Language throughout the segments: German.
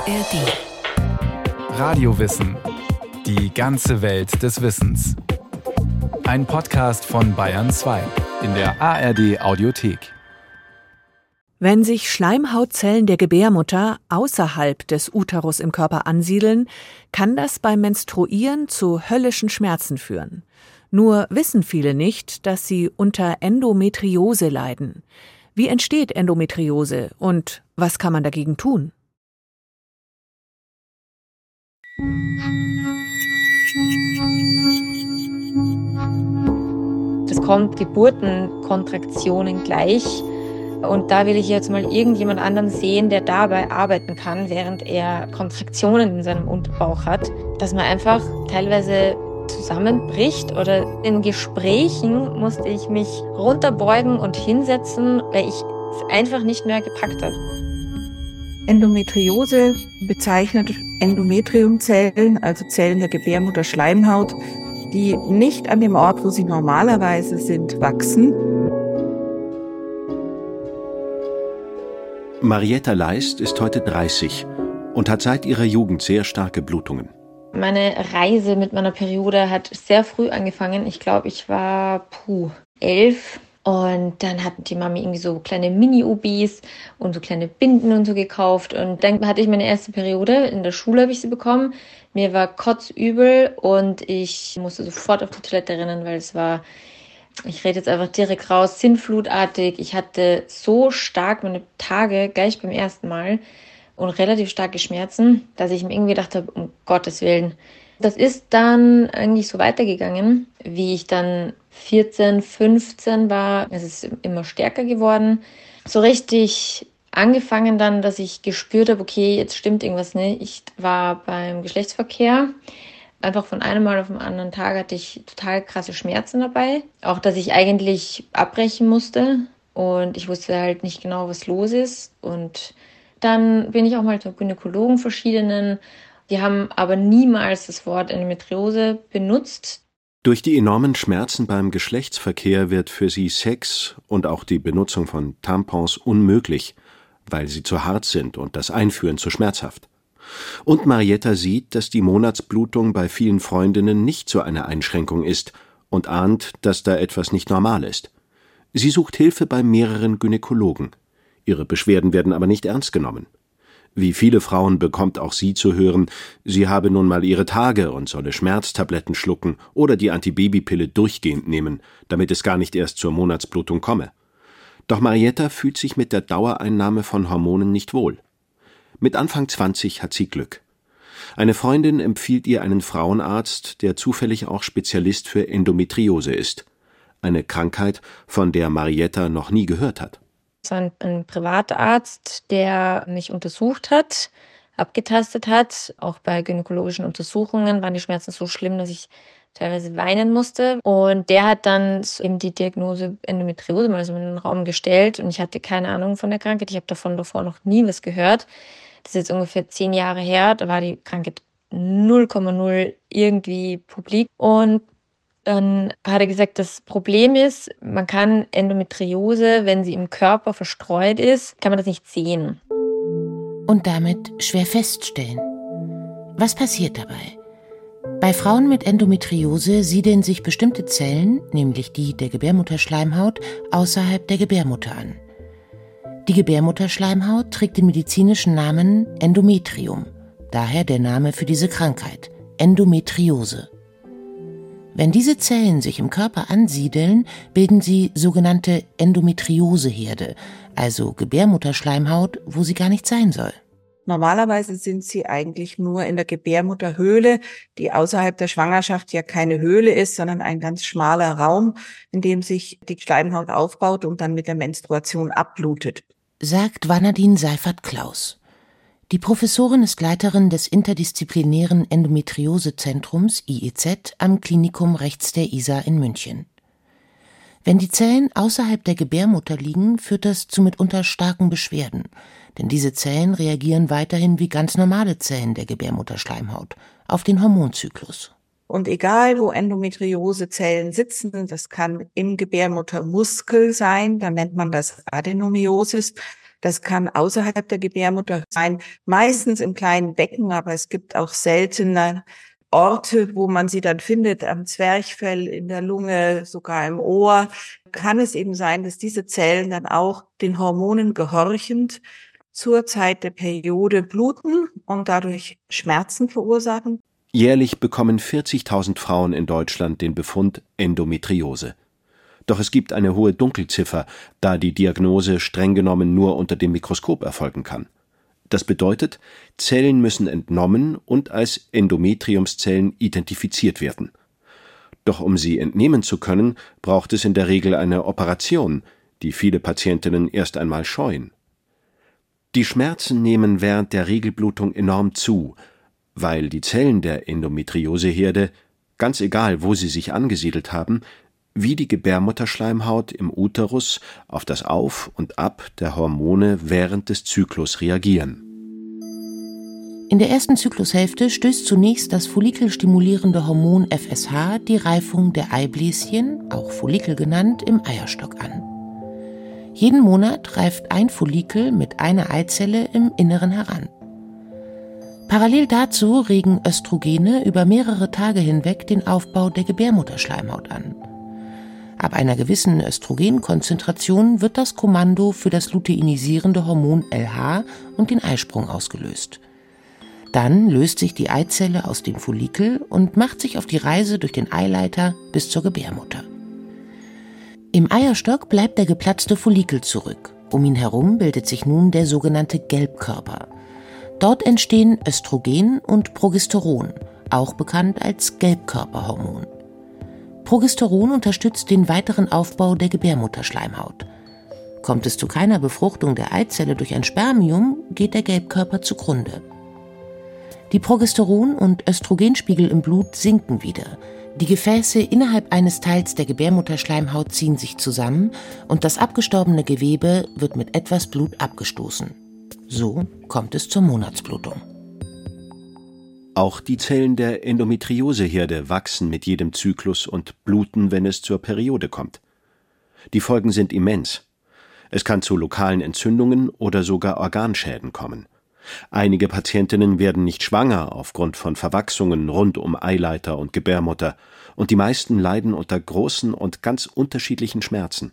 ARD. Radiowissen. Die ganze Welt des Wissens. Ein Podcast von Bayern 2 in der ARD Audiothek. Wenn sich Schleimhautzellen der Gebärmutter außerhalb des Uterus im Körper ansiedeln, kann das beim Menstruieren zu höllischen Schmerzen führen. Nur wissen viele nicht, dass sie unter Endometriose leiden. Wie entsteht Endometriose und was kann man dagegen tun? Das kommt Geburtenkontraktionen gleich. Und da will ich jetzt mal irgendjemand anderen sehen, der dabei arbeiten kann, während er Kontraktionen in seinem Unterbauch hat. Dass man einfach teilweise zusammenbricht oder in Gesprächen musste ich mich runterbeugen und hinsetzen, weil ich es einfach nicht mehr gepackt habe. Endometriose bezeichnet Endometriumzellen, also Zellen der Gebärmutterschleimhaut, die nicht an dem Ort, wo sie normalerweise sind, wachsen. Marietta Leist ist heute 30 und hat seit ihrer Jugend sehr starke Blutungen. Meine Reise mit meiner Periode hat sehr früh angefangen. Ich glaube, ich war 11. Und dann hat die Mami irgendwie so kleine Mini-UBs und so kleine Binden und so gekauft. Und dann hatte ich meine erste Periode. In der Schule habe ich sie bekommen. Mir war kotzübel und ich musste sofort auf die Toilette rennen, weil es war, ich rede jetzt einfach direkt raus, sinnflutartig. Ich hatte so stark meine Tage gleich beim ersten Mal und relativ starke Schmerzen, dass ich mir irgendwie gedacht habe, um Gottes Willen. Das ist dann eigentlich so weitergegangen, wie ich dann 14, 15 war. Es ist immer stärker geworden. So richtig angefangen dann, dass ich gespürt habe, okay, jetzt stimmt irgendwas nicht. Ich war beim Geschlechtsverkehr. Einfach von einem Mal auf den anderen Tag hatte ich total krasse Schmerzen dabei. Auch, dass ich eigentlich abbrechen musste. Und ich wusste halt nicht genau, was los ist. Und dann bin ich auch mal zu Gynäkologen verschiedenen. Die haben aber niemals das Wort Endometriose benutzt. Durch die enormen Schmerzen beim Geschlechtsverkehr wird für sie Sex und auch die Benutzung von Tampons unmöglich, weil sie zu hart sind und das Einführen zu schmerzhaft. Und Marietta sieht, dass die Monatsblutung bei vielen Freundinnen nicht so eine Einschränkung ist und ahnt, dass da etwas nicht normal ist. Sie sucht Hilfe bei mehreren Gynäkologen. Ihre Beschwerden werden aber nicht ernst genommen. Wie viele Frauen bekommt auch sie zu hören, sie habe nun mal ihre Tage und solle Schmerztabletten schlucken oder die Antibabypille durchgehend nehmen, damit es gar nicht erst zur Monatsblutung komme. Doch Marietta fühlt sich mit der Dauereinnahme von Hormonen nicht wohl. Mit Anfang 20 hat sie Glück. Eine Freundin empfiehlt ihr einen Frauenarzt, der zufällig auch Spezialist für Endometriose ist. Eine Krankheit, von der Marietta noch nie gehört hat. Es war ein Privatarzt, der mich untersucht hat, abgetastet hat. Auch bei gynäkologischen Untersuchungen waren die Schmerzen so schlimm, dass ich teilweise weinen musste. Und der hat dann eben die Diagnose Endometriose mal so in den Raum gestellt. Und ich hatte keine Ahnung von der Krankheit. Ich habe davor noch nie was gehört. Das ist jetzt ungefähr 10 Jahre her. Da war die Krankheit 0,0 irgendwie publik. Und dann hat er gesagt, das Problem ist, man kann Endometriose, wenn sie im Körper verstreut ist, kann man das nicht sehen. Und damit schwer feststellen. Was passiert dabei? Bei Frauen mit Endometriose siedeln sich bestimmte Zellen, nämlich die der Gebärmutterschleimhaut, außerhalb der Gebärmutter an. Die Gebärmutterschleimhaut trägt den medizinischen Namen Endometrium, daher der Name für diese Krankheit, Endometriose. Wenn diese Zellen sich im Körper ansiedeln, bilden sie sogenannte Endometrioseherde, also Gebärmutterschleimhaut, wo sie gar nicht sein soll. Normalerweise sind sie eigentlich nur in der Gebärmutterhöhle, die außerhalb der Schwangerschaft ja keine Höhle ist, sondern ein ganz schmaler Raum, in dem sich die Schleimhaut aufbaut und dann mit der Menstruation abblutet. Sagt Vanadine Seifert-Klaus. Die Professorin ist Leiterin des interdisziplinären Endometriosezentrums IEZ am Klinikum rechts der Isar in München. Wenn die Zellen außerhalb der Gebärmutter liegen, führt das zu mitunter starken Beschwerden, denn diese Zellen reagieren weiterhin wie ganz normale Zellen der Gebärmutterschleimhaut auf den Hormonzyklus. Und egal, wo Endometriosezellen sitzen, das kann im Gebärmuttermuskel sein, dann nennt man das Adenomyosis. Das kann außerhalb der Gebärmutter sein, meistens im kleinen Becken, aber es gibt auch seltener Orte, wo man sie dann findet, am Zwerchfell, in der Lunge, sogar im Ohr. Kann es eben sein, dass diese Zellen dann auch den Hormonen gehorchend zur Zeit der Periode bluten und dadurch Schmerzen verursachen. Jährlich bekommen 40.000 Frauen in Deutschland den Befund Endometriose. Doch es gibt eine hohe Dunkelziffer, da die Diagnose streng genommen nur unter dem Mikroskop erfolgen kann. Das bedeutet, Zellen müssen entnommen und als Endometriumszellen identifiziert werden. Doch um sie entnehmen zu können, braucht es in der Regel eine Operation, die viele Patientinnen erst einmal scheuen. Die Schmerzen nehmen während der Regelblutung enorm zu, weil die Zellen der Endometrioseherde, ganz egal wo sie sich angesiedelt haben, wie die Gebärmutterschleimhaut im Uterus auf das Auf und Ab der Hormone während des Zyklus reagieren. In der ersten Zyklushälfte stößt zunächst das follikelstimulierende Hormon FSH die Reifung der Eibläschen, auch Follikel genannt, im Eierstock an. Jeden Monat reift ein Follikel mit einer Eizelle im Inneren heran. Parallel dazu regen Östrogene über mehrere Tage hinweg den Aufbau der Gebärmutterschleimhaut an. Ab einer gewissen Östrogenkonzentration wird das Kommando für das luteinisierende Hormon LH und den Eisprung ausgelöst. Dann löst sich die Eizelle aus dem Follikel und macht sich auf die Reise durch den Eileiter bis zur Gebärmutter. Im Eierstock bleibt der geplatzte Follikel zurück. Um ihn herum bildet sich nun der sogenannte Gelbkörper. Dort entstehen Östrogen und Progesteron, auch bekannt als Gelbkörperhormon. Progesteron unterstützt den weiteren Aufbau der Gebärmutterschleimhaut. Kommt es zu keiner Befruchtung der Eizelle durch ein Spermium, geht der Gelbkörper zugrunde. Die Progesteron- und Östrogenspiegel im Blut sinken wieder. Die Gefäße innerhalb eines Teils der Gebärmutterschleimhaut ziehen sich zusammen und das abgestorbene Gewebe wird mit etwas Blut abgestoßen. So kommt es zur Monatsblutung. Auch die Zellen der Endometrioseherde wachsen mit jedem Zyklus und bluten, wenn es zur Periode kommt. Die Folgen sind immens. Es kann zu lokalen Entzündungen oder sogar Organschäden kommen. Einige Patientinnen werden nicht schwanger aufgrund von Verwachsungen rund um Eileiter und Gebärmutter und die meisten leiden unter großen und ganz unterschiedlichen Schmerzen.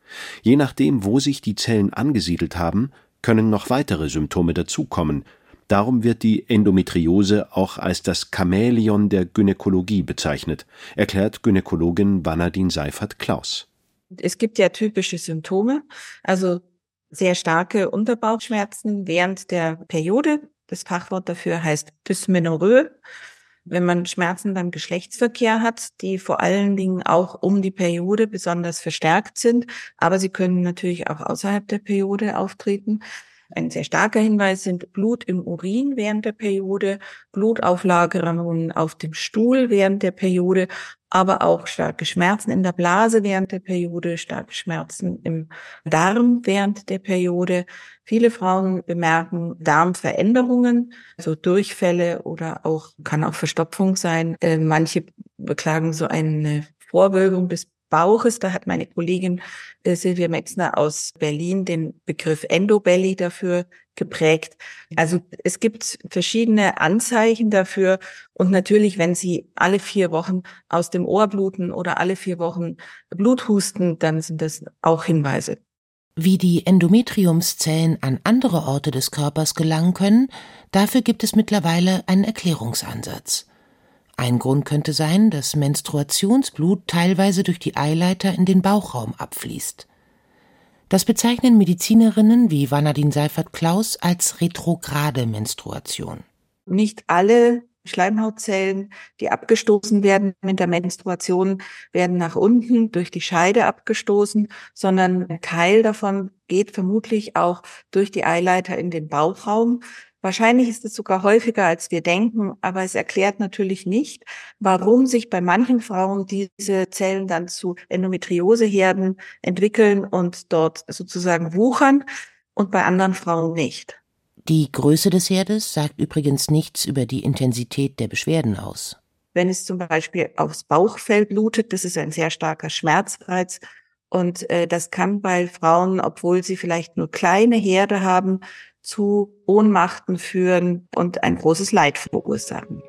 Je nachdem, wo sich die Zellen angesiedelt haben, können noch weitere Symptome dazukommen. Darum wird die Endometriose auch als das Chamäleon der Gynäkologie bezeichnet, erklärt Gynäkologin Vanadine Seifert-Klaus. Es gibt ja typische Symptome, also sehr starke Unterbauchschmerzen während der Periode. Das Fachwort dafür heißt Dysmenorrhoe. Wenn man Schmerzen beim Geschlechtsverkehr hat, die vor allen Dingen auch um die Periode besonders verstärkt sind, aber sie können natürlich auch außerhalb der Periode auftreten. Ein sehr starker Hinweis sind Blut im Urin während der Periode, Blutauflagerungen auf dem Stuhl während der Periode, aber auch starke Schmerzen in der Blase während der Periode, starke Schmerzen im Darm während der Periode. Viele Frauen bemerken Darmveränderungen, also Durchfälle oder kann auch Verstopfung sein. Manche beklagen so eine Vorwölbung des Bauches. Da hat meine Kollegin Silvia Metzner aus Berlin den Begriff Endobelly dafür geprägt. Also es gibt verschiedene Anzeichen dafür und natürlich, wenn Sie alle 4 Wochen aus dem Ohr bluten oder alle 4 Wochen Blut husten, dann sind das auch Hinweise. Wie die Endometriumszellen an andere Orte des Körpers gelangen können, dafür gibt es mittlerweile einen Erklärungsansatz. Ein Grund könnte sein, dass Menstruationsblut teilweise durch die Eileiter in den Bauchraum abfließt. Das bezeichnen Medizinerinnen wie Vanadine Seifert-Klaus als retrograde Menstruation. Nicht alle Schleimhautzellen, die abgestoßen werden in der Menstruation, werden nach unten durch die Scheide abgestoßen, sondern ein Teil davon geht vermutlich auch durch die Eileiter in den Bauchraum. Wahrscheinlich ist es sogar häufiger, als wir denken, aber es erklärt natürlich nicht, warum sich bei manchen Frauen diese Zellen dann zu Endometrioseherden entwickeln und dort sozusagen wuchern und bei anderen Frauen nicht. Die Größe des Herdes sagt übrigens nichts über die Intensität der Beschwerden aus. Wenn es zum Beispiel aufs Bauchfell blutet, das ist ein sehr starker Schmerzreiz. Und das kann bei Frauen, obwohl sie vielleicht nur kleine Herde haben, zu Ohnmachten führen und ein großes Leid verursachen.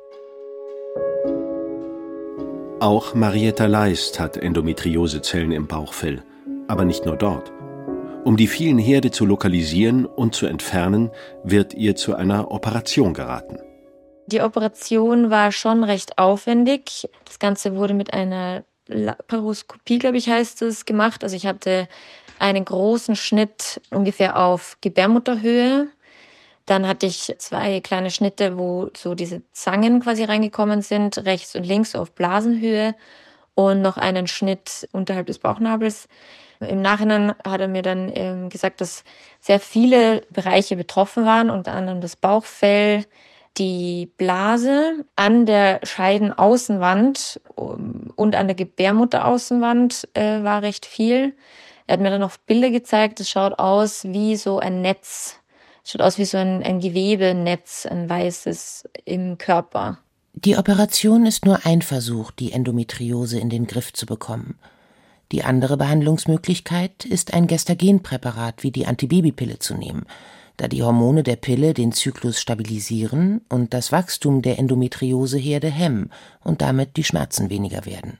Auch Marietta Leist hat Endometriosezellen im Bauchfell, aber nicht nur dort. Um die vielen Herde zu lokalisieren und zu entfernen, wird ihr zu einer Operation geraten. Die Operation war schon recht aufwendig. Das Ganze wurde mit einer Laparoskopie, glaube ich, heißt es, gemacht. Also ich hatte einen großen Schnitt ungefähr auf Gebärmutterhöhe. Dann hatte ich 2 kleine Schnitte, wo so diese Zangen quasi reingekommen sind, rechts und links auf Blasenhöhe und noch einen Schnitt unterhalb des Bauchnabels. Im Nachhinein hat er mir dann gesagt, dass sehr viele Bereiche betroffen waren, unter anderem das Bauchfell, die Blase an der Scheidenaußenwand und an der Gebärmutteraußenwand war recht viel. Er hat mir dann noch Bilder gezeigt, es schaut aus wie so ein Netz. Es schaut aus wie so ein Gewebenetz, ein weißes im Körper. Die Operation ist nur ein Versuch, die Endometriose in den Griff zu bekommen. Die andere Behandlungsmöglichkeit ist ein Gestagenpräparat wie die Antibabypille zu nehmen, da die Hormone der Pille den Zyklus stabilisieren und das Wachstum der Endometrioseherde hemmen und damit die Schmerzen weniger werden.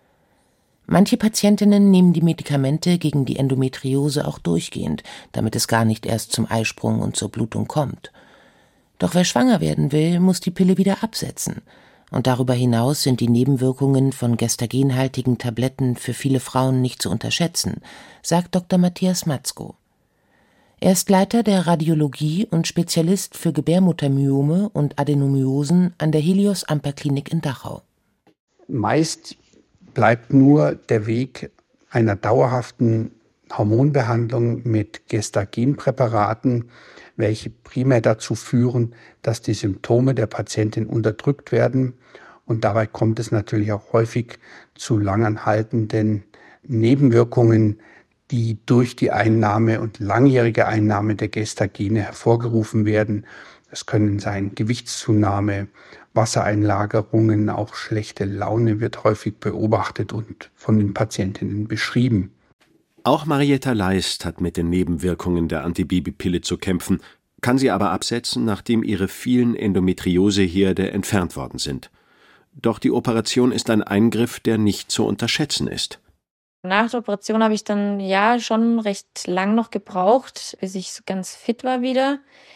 Manche Patientinnen nehmen die Medikamente gegen die Endometriose auch durchgehend, damit es gar nicht erst zum Eisprung und zur Blutung kommt. Doch wer schwanger werden will, muss die Pille wieder absetzen. Und darüber hinaus sind die Nebenwirkungen von gestagenhaltigen Tabletten für viele Frauen nicht zu unterschätzen, sagt Dr. Matthias Matzko. Er ist Leiter der Radiologie und Spezialist für Gebärmuttermyome und Adenomyosen an der Helios-Amper-Klinik in Dachau. Meist bleibt nur der Weg einer dauerhaften Hormonbehandlung mit Gestagenpräparaten, welche primär dazu führen, dass die Symptome der Patientin unterdrückt werden. Und dabei kommt es natürlich auch häufig zu langanhaltenden Nebenwirkungen, die durch die Einnahme und langjährige Einnahme der Gestagene hervorgerufen werden. Das können sein Gewichtszunahme, Wassereinlagerungen, auch schlechte Laune wird häufig beobachtet und von den Patientinnen beschrieben. Auch Marietta Leist hat mit den Nebenwirkungen der Antibabypille zu kämpfen, kann sie aber absetzen, nachdem ihre vielen Endometrioseherde entfernt worden sind. Doch die Operation ist ein Eingriff, der nicht zu unterschätzen ist. Nach der Operation habe ich dann schon recht lang noch gebraucht, bis ich so ganz fit war wieder.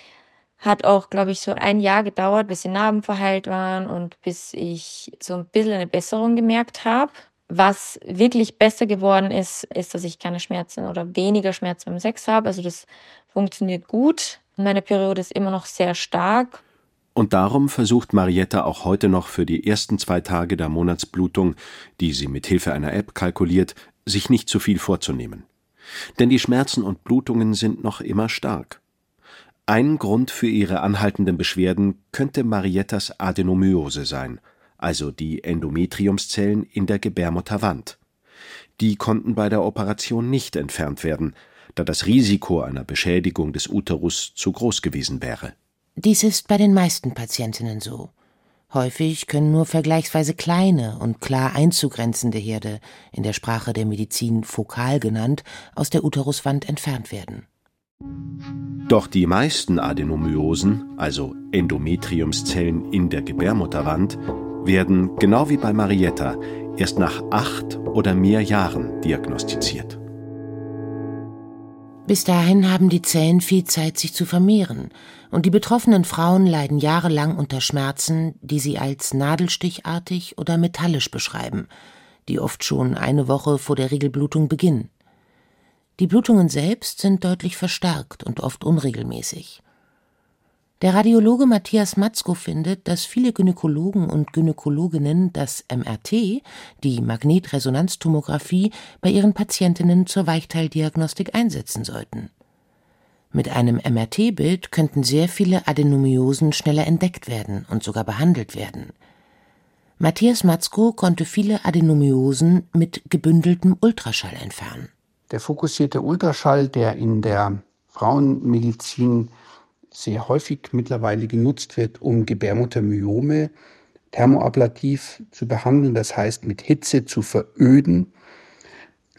Hat auch, glaube ich, so 1 Jahr gedauert, bis die Narben verheilt waren und bis ich so ein bisschen eine Besserung gemerkt habe. Was wirklich besser geworden ist, dass ich keine Schmerzen oder weniger Schmerzen beim Sex habe. Also das funktioniert gut. Meine Periode ist immer noch sehr stark. Und darum versucht Marietta auch heute noch für die ersten 2 Tage der Monatsblutung, die sie mit Hilfe einer App kalkuliert, sich nicht zu viel vorzunehmen. Denn die Schmerzen und Blutungen sind noch immer stark. Ein Grund für ihre anhaltenden Beschwerden könnte Mariettas Adenomyose sein, also die Endometriumszellen in der Gebärmutterwand. Die konnten bei der Operation nicht entfernt werden, da das Risiko einer Beschädigung des Uterus zu groß gewesen wäre. Dies ist bei den meisten Patientinnen so. Häufig können nur vergleichsweise kleine und klar einzugrenzende Herde, in der Sprache der Medizin fokal genannt, aus der Uteruswand entfernt werden. Doch die meisten Adenomyosen, also Endometriumszellen in der Gebärmutterwand, werden, genau wie bei Marietta, erst nach 8 oder mehr Jahren diagnostiziert. Bis dahin haben die Zellen viel Zeit, sich zu vermehren, und die betroffenen Frauen leiden jahrelang unter Schmerzen, die sie als nadelstichartig oder metallisch beschreiben, die oft schon 1 Woche vor der Regelblutung beginnen. Die Blutungen selbst sind deutlich verstärkt und oft unregelmäßig. Der Radiologe Matthias Matzko findet, dass viele Gynäkologen und Gynäkologinnen das MRT, die Magnetresonanztomographie, bei ihren Patientinnen zur Weichteildiagnostik einsetzen sollten. Mit einem MRT-Bild könnten sehr viele Adenomyosen schneller entdeckt werden und sogar behandelt werden. Matthias Matzko konnte viele Adenomyosen mit gebündeltem Ultraschall entfernen. Der fokussierte Ultraschall, der in der Frauenmedizin sehr häufig mittlerweile genutzt wird, um Gebärmuttermyome thermoablativ zu behandeln, das heißt mit Hitze zu veröden,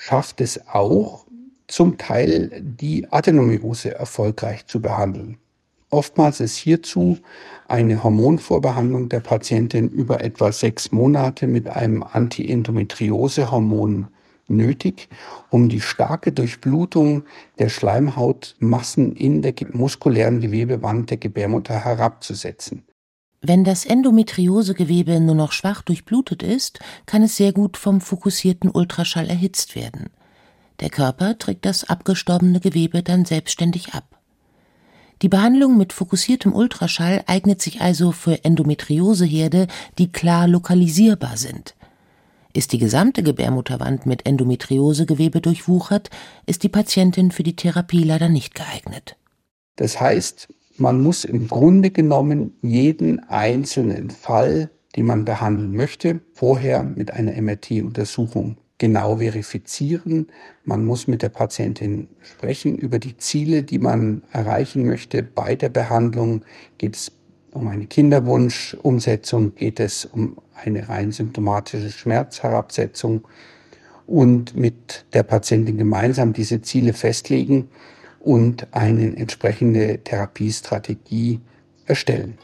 schafft es auch, zum Teil die Adenomyose erfolgreich zu behandeln. Oftmals ist hierzu eine Hormonvorbehandlung der Patientin über etwa 6 Monate mit einem Anti-Endometriose-Hormon nötig, um die starke Durchblutung der Schleimhautmassen in der muskulären Gewebewand der Gebärmutter herabzusetzen. Wenn das Endometriosegewebe nur noch schwach durchblutet ist, kann es sehr gut vom fokussierten Ultraschall erhitzt werden. Der Körper trägt das abgestorbene Gewebe dann selbstständig ab. Die Behandlung mit fokussiertem Ultraschall eignet sich also für Endometrioseherde, die klar lokalisierbar sind. Ist die gesamte Gebärmutterwand mit Endometriosegewebe durchwuchert, ist die Patientin für die Therapie leider nicht geeignet. Das heißt, man muss im Grunde genommen jeden einzelnen Fall, den man behandeln möchte, vorher mit einer MRT-Untersuchung genau verifizieren. Man muss mit der Patientin sprechen über die Ziele, die man erreichen möchte. Bei der Behandlung geht es um eine Kinderwunschumsetzung, geht es um eine rein symptomatische Schmerzherabsetzung und mit der Patientin gemeinsam diese Ziele festlegen und eine entsprechende Therapiestrategie erstellen.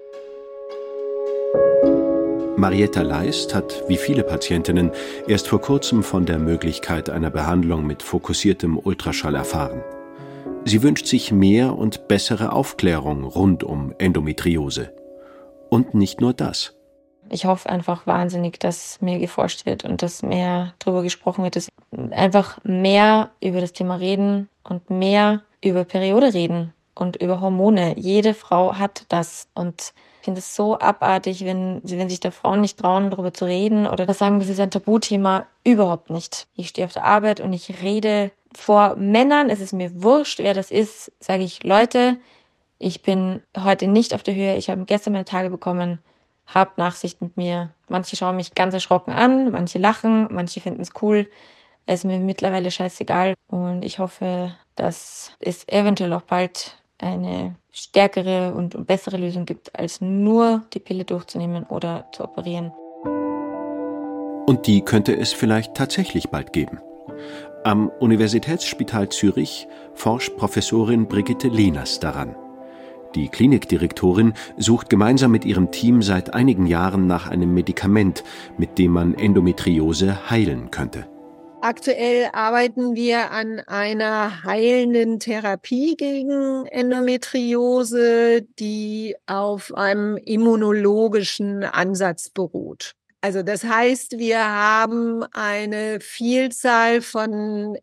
Marietta Leist hat, wie viele Patientinnen, erst vor kurzem von der Möglichkeit einer Behandlung mit fokussiertem Ultraschall erfahren. Sie wünscht sich mehr und bessere Aufklärung rund um Endometriose. Und nicht nur das. Ich hoffe einfach wahnsinnig, dass mehr geforscht wird und dass mehr darüber gesprochen wird, dass einfach mehr über das Thema reden und mehr über Periode reden und über Hormone. Jede Frau hat das und ich finde es so abartig, wenn sich da Frauen nicht trauen, darüber zu reden oder das sagen, das ist ein Tabuthema, überhaupt nicht. Ich stehe auf der Arbeit und ich rede vor Männern, es ist mir wurscht, wer das ist, sage ich, Leute, ich bin heute nicht auf der Höhe, ich habe gestern meine Tage bekommen, habt Nachsicht mit mir. Manche schauen mich ganz erschrocken an, manche lachen, manche finden es cool. Es ist mir mittlerweile scheißegal und ich hoffe, dass es eventuell auch bald eine stärkere und bessere Lösung gibt, als nur die Pille durchzunehmen oder zu operieren. Und die könnte es vielleicht tatsächlich bald geben. Am Universitätsspital Zürich forscht Professorin Brigitte Lehners daran. Die Klinikdirektorin sucht gemeinsam mit ihrem Team seit einigen Jahren nach einem Medikament, mit dem man Endometriose heilen könnte. Aktuell arbeiten wir an einer heilenden Therapie gegen Endometriose, die auf einem immunologischen Ansatz beruht. Also das heißt, wir haben eine Vielzahl von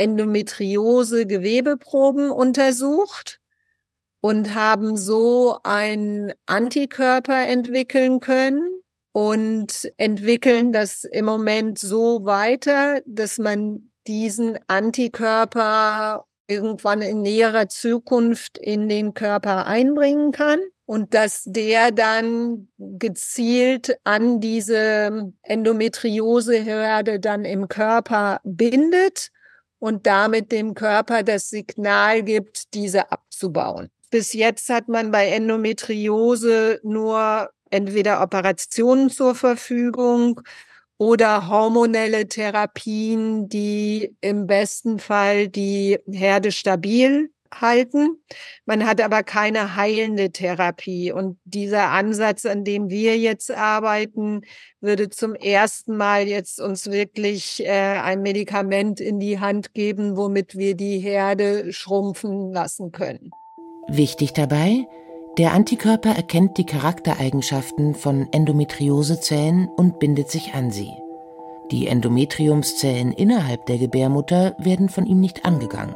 Endometriose-Gewebeproben untersucht und haben so einen Antikörper entwickeln können. Und entwickeln das im Moment so weiter, dass man diesen Antikörper irgendwann in näherer Zukunft in den Körper einbringen kann und dass der dann gezielt an diese Endometrioseherde dann im Körper bindet und damit dem Körper das Signal gibt, diese abzubauen. Bis jetzt hat man bei Endometriose nur entweder Operationen zur Verfügung oder hormonelle Therapien, die im besten Fall die Herde stabil halten. Man hat aber keine heilende Therapie. Und dieser Ansatz, an dem wir jetzt arbeiten, würde zum ersten Mal jetzt uns wirklich ein Medikament in die Hand geben, womit wir die Herde schrumpfen lassen können. Wichtig dabei: Der Antikörper erkennt die Charaktereigenschaften von Endometriosezellen und bindet sich an sie. Die Endometriumszellen innerhalb der Gebärmutter werden von ihm nicht angegangen.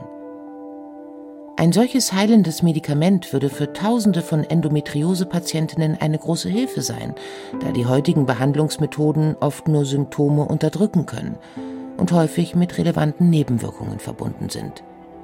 Ein solches heilendes Medikament würde für Tausende von Endometriose-Patientinnen eine große Hilfe sein, da die heutigen Behandlungsmethoden oft nur Symptome unterdrücken können und häufig mit relevanten Nebenwirkungen verbunden sind.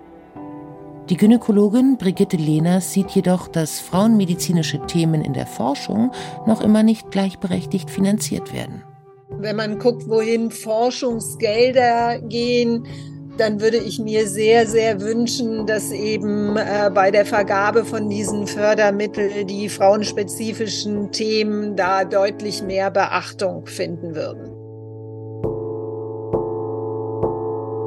Die Gynäkologin Brigitte Lehners sieht jedoch, dass frauenmedizinische Themen in der Forschung noch immer nicht gleichberechtigt finanziert werden. Wenn man guckt, wohin Forschungsgelder gehen, dann würde ich mir sehr, sehr wünschen, dass eben bei der Vergabe von diesen Fördermitteln die frauenspezifischen Themen da deutlich mehr Beachtung finden würden.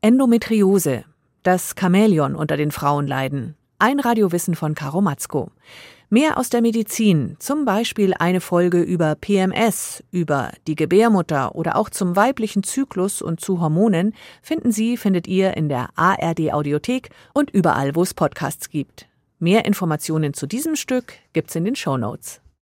Endometriose, das Chamäleon unter den Frauenleiden. Ein Radiowissen von Caro Matzko. Mehr aus der Medizin, zum Beispiel eine Folge über PMS, über die Gebärmutter oder auch zum weiblichen Zyklus und zu Hormonen, findet ihr in der ARD-Audiothek und überall, wo es Podcasts gibt. Mehr Informationen zu diesem Stück gibt's in den Shownotes.